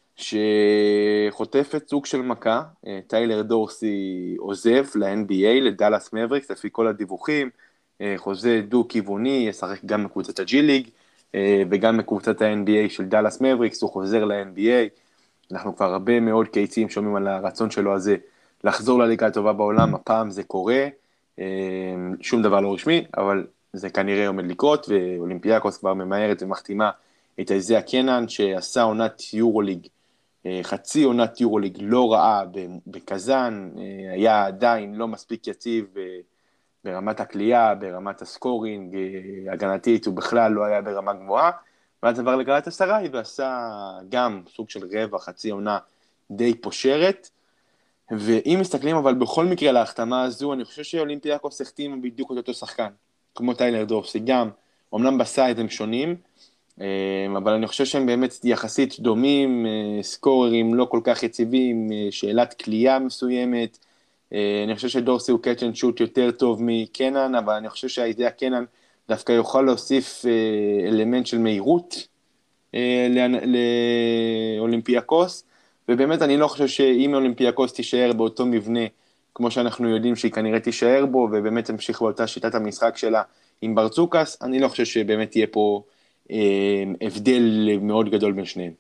שחוטפת סוג של מכה, טיילר דורסי עוזב ל-אן בי איי, לדלס מבריקס, לפי כל הדיווחים, חוזה דו-כיווני, ישחק גם מקבוצת הג'י ליג, וגם מקבוצת ה-אן בי איי של דלס מבריקס, הוא חוזר ל-אן בי איי, אנחנו כבר הרבה מאוד קייצים שומעים על הרצון שלו הזה, לחזור לליגה הטובה בעולם, הפעם זה קורה, שום דבר לא רשמי, אבל זה כנראה עומד לקרות, ואולימפיאקוס כבר ממהרת ומחתימה את איזיה קנן, שעשה עונת יורוליג, חצי עונת יורוליג לא רעה בקזן, היה עדיין לא מספיק יציב ברמת הקליעה, ברמת הסקורינג, הגנתית הוא בכלל לא היה ברמה גבוהה, ואז עבר לגלת הסריי ועשה גם סוג של רבע, חצי עונה די פושרת, ואם מסתכלים אבל בכל מקרה להחתמה הזו, אני חושב שאולימפיאקוס החתימה בדיוק את אותו שחקן, כמו טיילר דורסי, גם, אמנם בסייד הם שונים, אבל אני חושב שהם באמת יחסית דומים, סקוררים לא כל כך יציבים, שאלת קליעה מסוימת, אני חושב שדורסי הוא catch and shoot יותר טוב מקנן, אבל אני חושב שהאידאה קנן דווקא יוכל להוסיף אלמנט של מהירות לאולימפיאקוס, ובאמת אני לא חושב שאם אולימפיאקוס תישאר באותו מבנה, כמו שאנחנו יודעים שהיא כנראה תישאר בו, ובאמת תמשיך באותה שיטת המשחק שלה עם ברצוקס, אני לא חושב שבאמת תהיה פה הבדל מאוד גדול בין שניהם.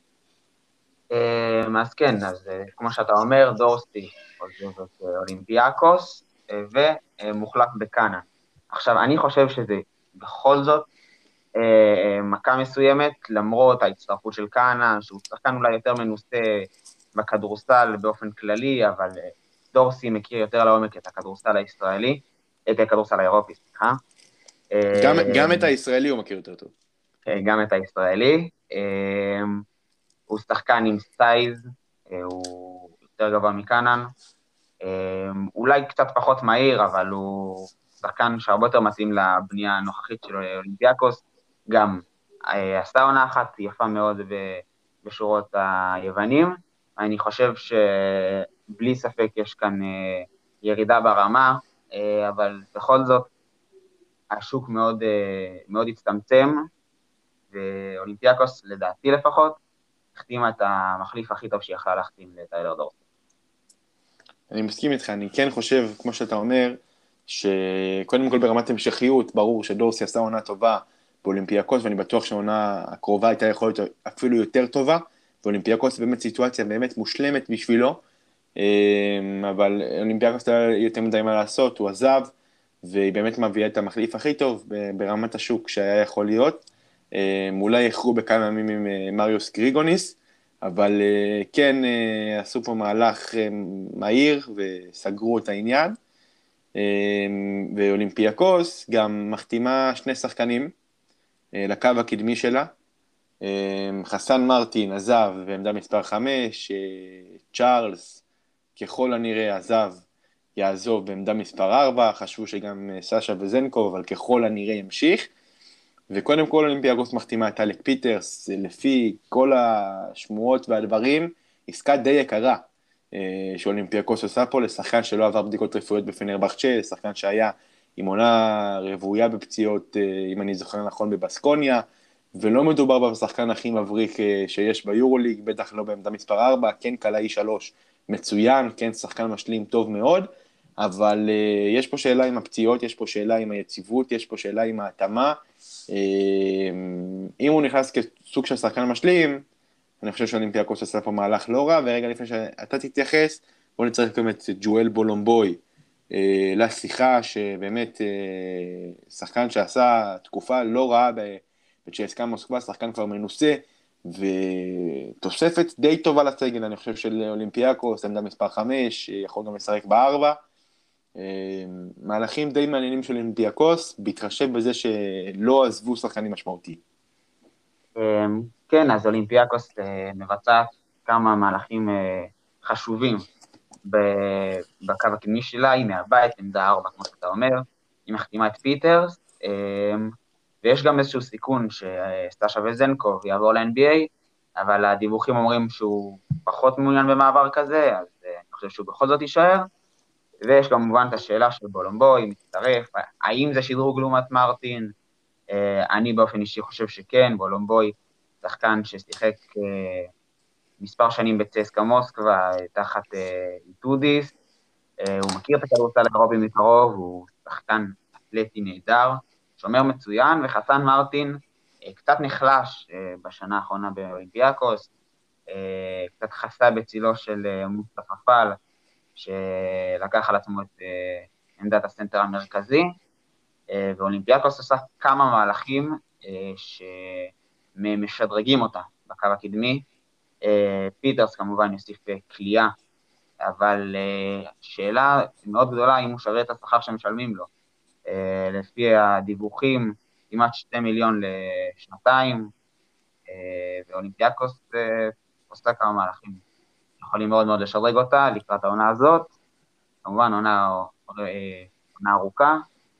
אז כן, אז כמו שאתה אומר, דורסי עוזב את אולימפיאקוס, ומוחלף בקאנה. עכשיו, אני חושב שזה בכל זאת מכה מסוימת, למרות ההצטרפות של קאנה, שהוא שחקן אולי יותר מנוסה בכדורסל באופן כללי, אבל דורסי מכיר יותר לעומק את הכדורסל הישראלי, את הכדורסל האירופי, סליחה. גם, גם את הישראלי הוא מכיר יותר טוב. גם את הישראלי. הוא שחקן עם סייז, הוא יותר גבוה מקאנן, אולי קצת פחות מהיר, אבל הוא שחקן שהרבה יותר מתאים לבנייה הנוכחית של אולימפיאקוס, גם עשתה עונה אחת יפה מאוד בשורות היוונים, אני חושב שבלי ספק יש כאן ירידה ברמה, אבל בכל זאת השוק מאוד, מאוד הצטמצם, ואולימפיאקוס לדעתי לפחות, החתימה את המחליף הכי טוב שיכלה להחתים לטיילר דורסי. אני מסכים איתך, אני כן חושב, כמו שאתה אומר, שקודם כל ברמת המשכיות, ברור שדורסי עשה עונה טובה באולימפיאקוס, ואני בטוח שהעונה הקרובה הייתה יכולת אפילו יותר טובה, ואולימפיאקוס באמת סיטואציה באמת מושלמת בשבילו, אבל אולימפיאקוס היה יותר מדי מה לעשות, הוא עזב, והיא באמת מביאה את המחליף הכי טוב ברמת השוק שהיה יכול להיות, אולי יחרו בכמה ימים עם מריוס גריגוניס, אבל כן עשו פה מהלך מהיר וסגרו את העניין, ואולימפיאקוס גם מחתימה שני שחקנים, לקו הקדמי שלה. חסן מרטין עזב בעמדה מספר חמש, צ'ארלס ככל הנראה עזב, יעזוב בעמדה מספר ארבע, חשבו שגם סשה וזנקוב, אבל ככל הנראה ימשיך. וקודם כל אולימפיאקוס מחתימה את אלק פיטרס, לפי כל השמועות והדברים, עסקה די יקרה שאולימפיאקוס עושה פה לשחקן שלא עבר בדיקות רפואיות בפנרבחצ'ה, שחקן שהיה עם עונה רבויה בפציעות, אם אני זוכר נכון, בבסקוניה, ולא מדובר בשחקן הכי מבריק שיש ביורוליג, בטח לא בעמדה מספר ארבע, כן קלעי שלוש מצוין, כן שחקן משלים טוב מאוד, אבל uh, יש פה שאלה עם הפציעות, יש פה שאלה עם היציבות, יש פה שאלה עם ההתאמה. Uh, אם הוא נכנס כסוג של שחקן משלים, אני חושב שאולימפיאקוס עשה פה מהלך לא רע, ורגע לפני שאתה תתייחס, בוא נצטרך גם את ג'ואל בולומבוי uh, לשיחה, שבאמת uh, שחקן שעשה תקופה לא רעה בצ'סקה מוסקבה, שחקן כבר מנוסה, ותוספת די טובה לסגל, אני חושב של אולימפיאקוס, עמדה מספר חמש, יכול גם לשחק בארבע, מהלכים די מעניינים של אולימפיאקוס, בהתחשב בזה שלא עזבו שחקנים משמעותיים. כן, אז אולימפיאקוס מבצעת כמה מהלכים חשובים בקו הקדמי שלה, היא מהבית, עמדה ארבע, כמו שאתה אומר, היא מחתימה את פיטרס, ויש גם איזשהו סיכון שסטאשה וזנקוב יעבור ל-אן בי איי, אבל הדיווחים אומרים שהוא פחות מעוניין במעבר כזה, אז אני חושב שהוא בכל זאת יישאר, ויש כמובן את השאלה של בולומבוי, מצטרף, האם זה שדרוג לעומת מרטין? אני באופן אישי חושב שכן, בולומבוי שחקן ששיחק מספר שנים בצסקה מוסקבה, תחת איטודיס, הוא מכיר את הכדורסל האירופי מקרוב, הוא שחקן אתלטי נהדר, שומר מצוין, וחסן מרטין קצת נחלש בשנה האחרונה באולימפיאקוס, קצת חסה בצילו של מוסטפא פאל, שלקח על עצמו את עמדת הסנטר המרכזי, ואולימפיאקוס עושה כמה מהלכים שמשדרגים אותה בקו הקדמי. פיטרס כמובן יוסיף קליעה, אבל שאלה מאוד גדולה אם הוא שווה את השכר שמשלמים לו. לפי הדיווחים, כמעט שתי מיליון לשנתיים, ואולימפיאקוס עושה כמה מהלכים. יכולים מאוד מאוד לשדרג אותה לקראת העונה הזאת, כמובן עונה, עונה ארוכה,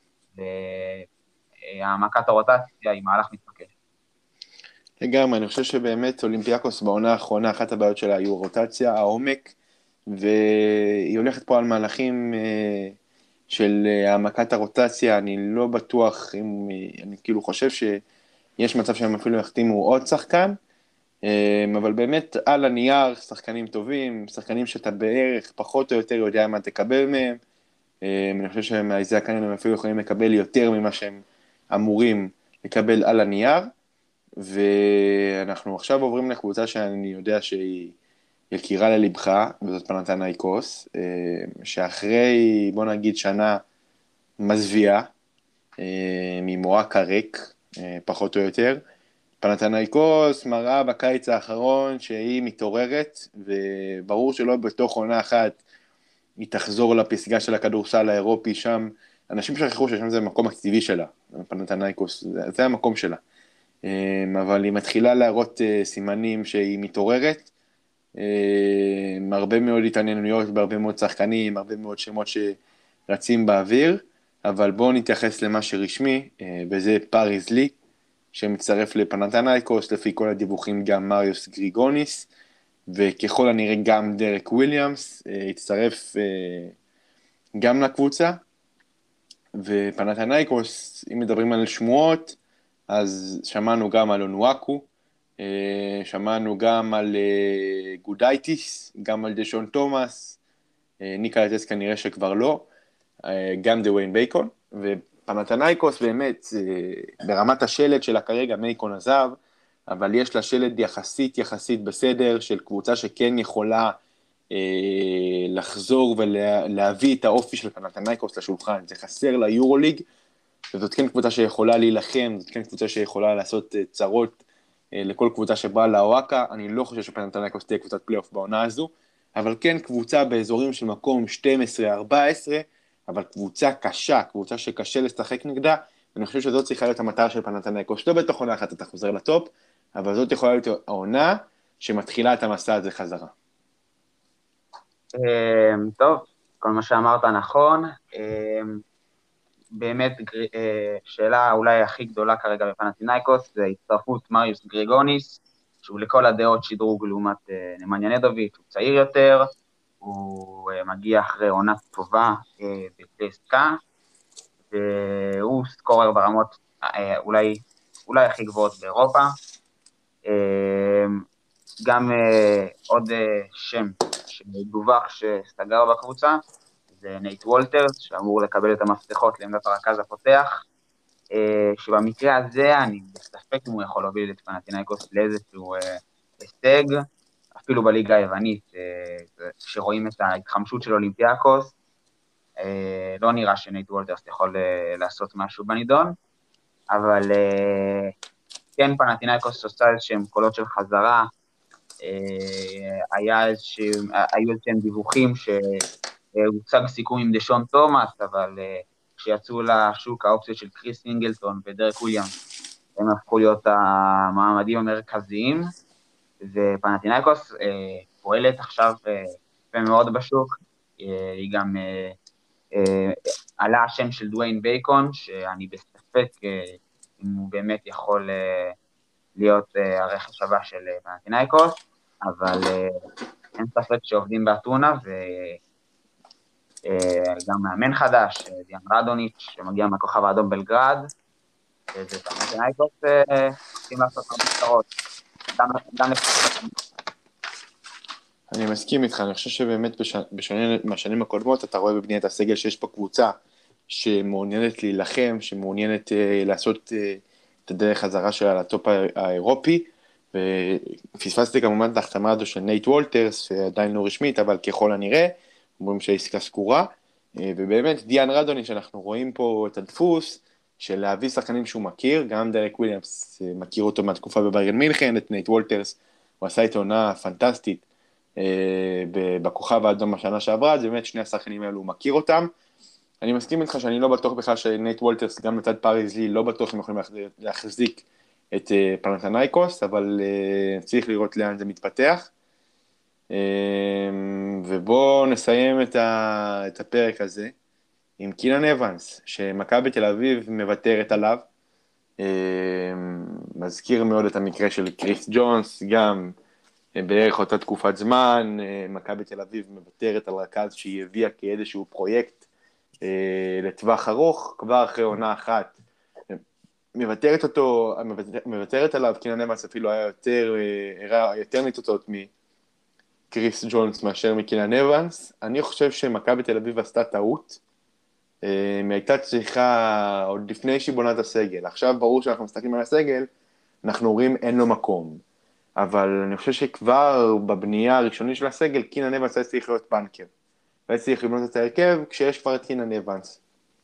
והעמקת הרוטציה היא מהלך מתפקד. לגמרי, אני חושב שבאמת אולימפיאקוס בעונה האחרונה, אחת הבעיות שלה היו רוטציה, העומק, והיא הולכת פה על מהלכים של העמקת הרוטציה, אני לא בטוח, אם, אני כאילו חושב שיש מצב שהם אפילו יחתימו עוד שחקן, אבל באמת על הנייר, שחקנים טובים, שחקנים שאתה בערך פחות או יותר יודע מה תקבל מהם, אני חושב שמהאיזה הקנים הם אפילו יכולים לקבל יותר ממה שהם אמורים לקבל על הנייר, ואנחנו עכשיו עוברים לקבוצה שאני יודע שהיא יקירה ללבך, וזאת פנתנייקוס, שאחרי, בוא נגיד, שנה מזוויעה, ממועק הריק, פחות או יותר, פנתנייקוס מראה בקיץ האחרון שהיא מתעוררת, וברור שלא בתוך עונה אחת היא תחזור לפסגה של הכדורסל האירופי שם, אנשים שכחו ששם זה המקום הטבעי שלה, פנתנייקוס, זה, זה המקום שלה, אבל היא מתחילה להראות סימנים שהיא מתעוררת, הרבה מאוד התעניינויות בהרבה מאוד שחקנים, הרבה מאוד שמות שרצים באוויר, אבל בואו נתייחס למה שרשמי, וזה פריז לי, שמצטרף לפנתנייקוס, לפי כל הדיווחים גם מריוס גריגוניס, וככל הנראה גם דרק וויליאמס, הצטרף גם לקבוצה, ופנתנייקוס, אם מדברים על שמועות, אז שמענו גם על אונואקו, שמענו גם על גודייטיס, גם על דשון תומאס, ניקלטס כנראה שכבר לא, גם דוויין בייקון, ופנתנייקוס באמת, ברמת השלד שלה כרגע מייקון עזב, אבל יש לה שלד יחסית יחסית בסדר, של קבוצה שכן יכולה לחזור ולהביא את האופי של פנתנייקוס לשולחן, זה חסר ליורוליג, וזאת כן קבוצה שיכולה להילחם, זאת כן קבוצה שיכולה לעשות צרות, לכל קבוצה שבאה לאוואקה, אני לא חושב שפנתנייקוס תהיה קבוצת פלייאוף בעונה הזו, אבל כן קבוצה באזורים של מקום שתים עשרה ארבע עשרה, אבל קבוצה קשה, קבוצה שקשה לשחק נגדה, אני חושב שזאת צריכה להיות המטרה של פנתנייקוס, לא בתוך עונה אחת אתה חוזר לטופ, אבל זאת יכולה להיות העונה שמתחילה את המסע הזה חזרה. טוב, כל מה שאמרת נכון. באמת, שאלה אולי הכי גדולה כרגע בפנתנייקוס, זה הצטרפות מריוס גריגוניס, שהוא לכל הדעות שדרוג לעומת נמניה נדוביץ', הוא צעיר יותר, הוא מגיע אחרי עונה טובה בצסקה, והוא סקורר ברמות אולי, אולי הכי גבוהות באירופה. גם עוד שם שדווח שסגר בקבוצה, זה נייט וולטרס, שאמור לקבל את המפתחות לעמדת הרכז הפותח, שבמקרה הזה אני בספק אם הוא יכול להוביל את פנתנייקוס לאיזשהו הישג, אפילו בליגה היוונית, כשרואים את ההתחמשות של אולימפיאקוס, לא נראה שנייט וולטרס יכול לעשות משהו בנידון, אבל כן פנתנייקוס עושה איזשהם קולות של חזרה, היה איזשהם, היו איזשהם דיווחים שהוצג סיכום עם דשון תומאס, אבל כשיצאו לשוק האופציות של קריס סינגלטון ודרק וויליאמס, הם הפכו להיות המעמדים המרכזיים, ופנתנייקוס פועלת עכשיו יפה מאוד בשוק, היא גם עלה השם של דוויין בייקון, שאני בספק אם הוא באמת יכול להיות הרכש הבא של פנתנייקוס, אבל אין ספק שעובדים באתונה, וגם מאמן חדש, דיאן רדוניץ', שמגיע מהכוכב האדום בלגרד, ופנתנייקוס צריכים לעשות הרבה צרות. אני מסכים איתך, אני חושב שבאמת בשונה מהשנים הקודמות, אתה רואה בבניית הסגל שיש פה קבוצה שמעוניינת להילחם, שמעוניינת לעשות את הדרך חזרה שלה לטופ האירופי, ופספסתי כמובן את ההחתמה הזו של נייט וולטרס, שעדיין לא רשמית, אבל ככל הנראה, אומרים שהעסקה סגורה, ובאמת דיאן רדוני, שאנחנו רואים פה את הדפוס, של להביא שחקנים שהוא מכיר, גם דרק וויליאמס מכיר אותו מהתקופה בביירן מינכן, את נייט וולטרס, הוא עשה את עונה פנטסטית, בכוכב האדום השנה שעברה, אז באמת שני השחקנים האלו הוא מכיר אותם, אני מסכים איתך שאני לא בטוח בכלל שנייט וולטרס, גם לצד פריז לי, לא בטוח אם יכולים להחזיק את פנתנייקוס, אבל צריך לראות לאן זה מתפתח, ובואו נסיים את הפרק הזה, עם קילן אבנס, שמכבי תל אביב מוותרת עליו, מזכיר מאוד את המקרה של קריס ג'ונס, גם בערך אותה תקופת זמן, מכבי תל אביב מוותרת על רכז שהיא הביאה כאיזשהו פרויקט לטווח ארוך, כבר אחרי עונה אחת, מוותרת אותו, מוותרת עליו, קילן אבנס אפילו היה יותר, הראה יותר ניתוצות מקריס ג'ונס מאשר מקילן אבנס, אני חושב שמכבי תל אביב עשתה טעות, היא הייתה צריכה עוד לפני שהיא בונה את הסגל, עכשיו ברור שאנחנו מסתכלים על הסגל, אנחנו רואים אין לו מקום, אבל אני חושב שכבר בבנייה הראשונית של הסגל, קילן אבנס היה צריך להיות בנקר, והיה צריך לבנות את ההרכב כשיש כבר את קילן אבנס,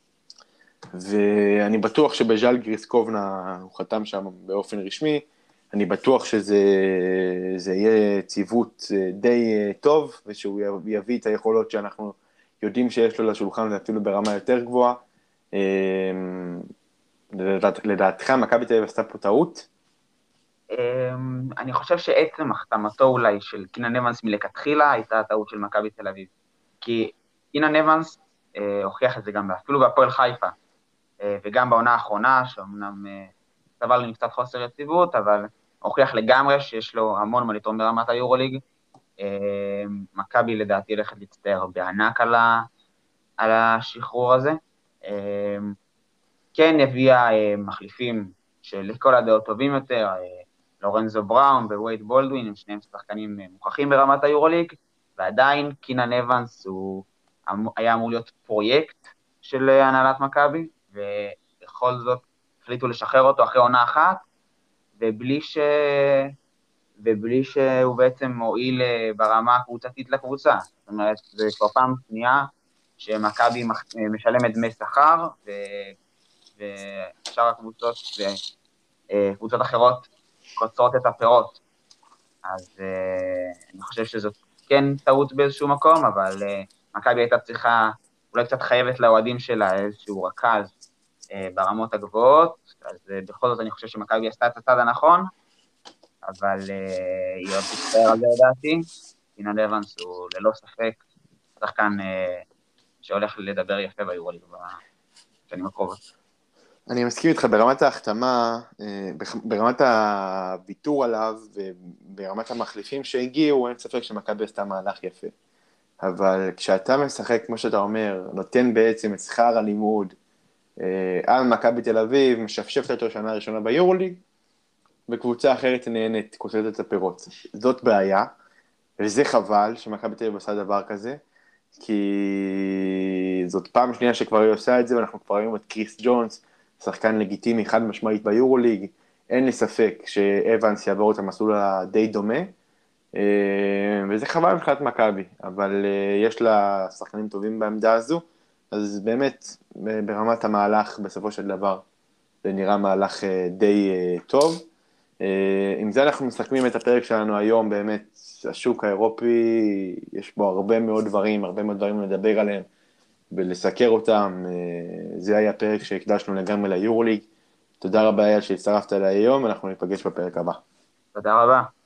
ואני בטוח שבז'אל גריסקובנה הוא חתם שם באופן רשמי, אני בטוח שזה יהיה ציוות די טוב, ושהוא יביא את היכולות שאנחנו יודעים שיש לו לשולחן, אפילו ברמה יותר גבוהה. לדעתך, מכבי תל אביב עשתה פה טעות? אני חושב שעצם החתמתו אולי של קילן אבנס מלכתחילה, הייתה הטעות של מכבי תל אביב. כי קילן אבנס הוכיח את זה גם אפילו בהפועל חיפה, וגם בעונה האחרונה, שאומנם סבל לנו קצת חוסר יציבות, אבל הוכיח לגמרי שיש לו המון מה לתרום ברמת היורוליג, מכבי לדעתי הולכת להצטער בענק על, ה, על השחרור הזה, כן הביאה מחליפים שלכל הדעות טובים יותר, לורנזו בראון ווייד בולדווין, הם שניהם שחקנים מוכחים ברמת היורוליג, ועדיין קילן אבנס הוא היה אמור להיות פרויקט של הנהלת מכבי, ובכל זאת החליטו לשחרר אותו אחרי עונה אחת, ובלי ש... ובלי שהוא בעצם מועיל ברמה הקבוצתית לקבוצה. זאת אומרת, זה כבר פעם שנייה שמכבי משלמת דמי שכר, ו... ושאר הקבוצות וקבוצות אחרות קוצרות את הפירות. אז אני חושב שזאת כן טעות באיזשהו מקום, אבל מכבי הייתה צריכה, אולי קצת חייבת לאוהדים שלה איזשהו רכז, ברמות הגבוהות, אז בכל זאת אני חושב שמכבי עשתה את הצד הנכון, אבל היא עוד תצטער על זה לדעתי. קינן אבנס הוא ללא ספק שחקן שהולך לדבר יפה ביורוליג בשנים הקרובות. אני מסכים איתך ברמת ההחתמה, ברמת הוויתור עליו וברמת המחליפים שהגיעו, אין ספק שמכבי עשתה מהלך יפה. אבל כשאתה משחק, כמו שאתה אומר, נותן בעצם את שכר הלימוד על מכבי תל אביב, משפשפת אותו שנה ראשונה ביורוליג, וקבוצה אחרת נהנית, כותבת את הפירות. זאת בעיה, וזה חבל שמכבי תל אביב עושה דבר כזה, כי זאת פעם שנייה שכבר היא עושה את זה, ואנחנו כבר רואים את קריס ג'ונס, שחקן לגיטימי חד משמעית ביורוליג, אין לי ספק שאבנס יעבור את המסלול הדי דומה, וזה חבל מבחינת מכבי, אבל יש לה שחקנים טובים בעמדה הזו, אז באמת ברמת המהלך בסופו של דבר, זה נראה מהלך די טוב. עם זה אנחנו מסכמים את הפרק שלנו היום, באמת השוק האירופי, יש בו הרבה מאוד דברים, הרבה מאוד דברים לדבר עליהם, ולסקר אותם. זה היה הפרק שהקדשנו לגמרי ליורוליג. תודה רבה אייל שהצטרפת אליי היום, אנחנו ניפגש בפרק הבא. תודה רבה.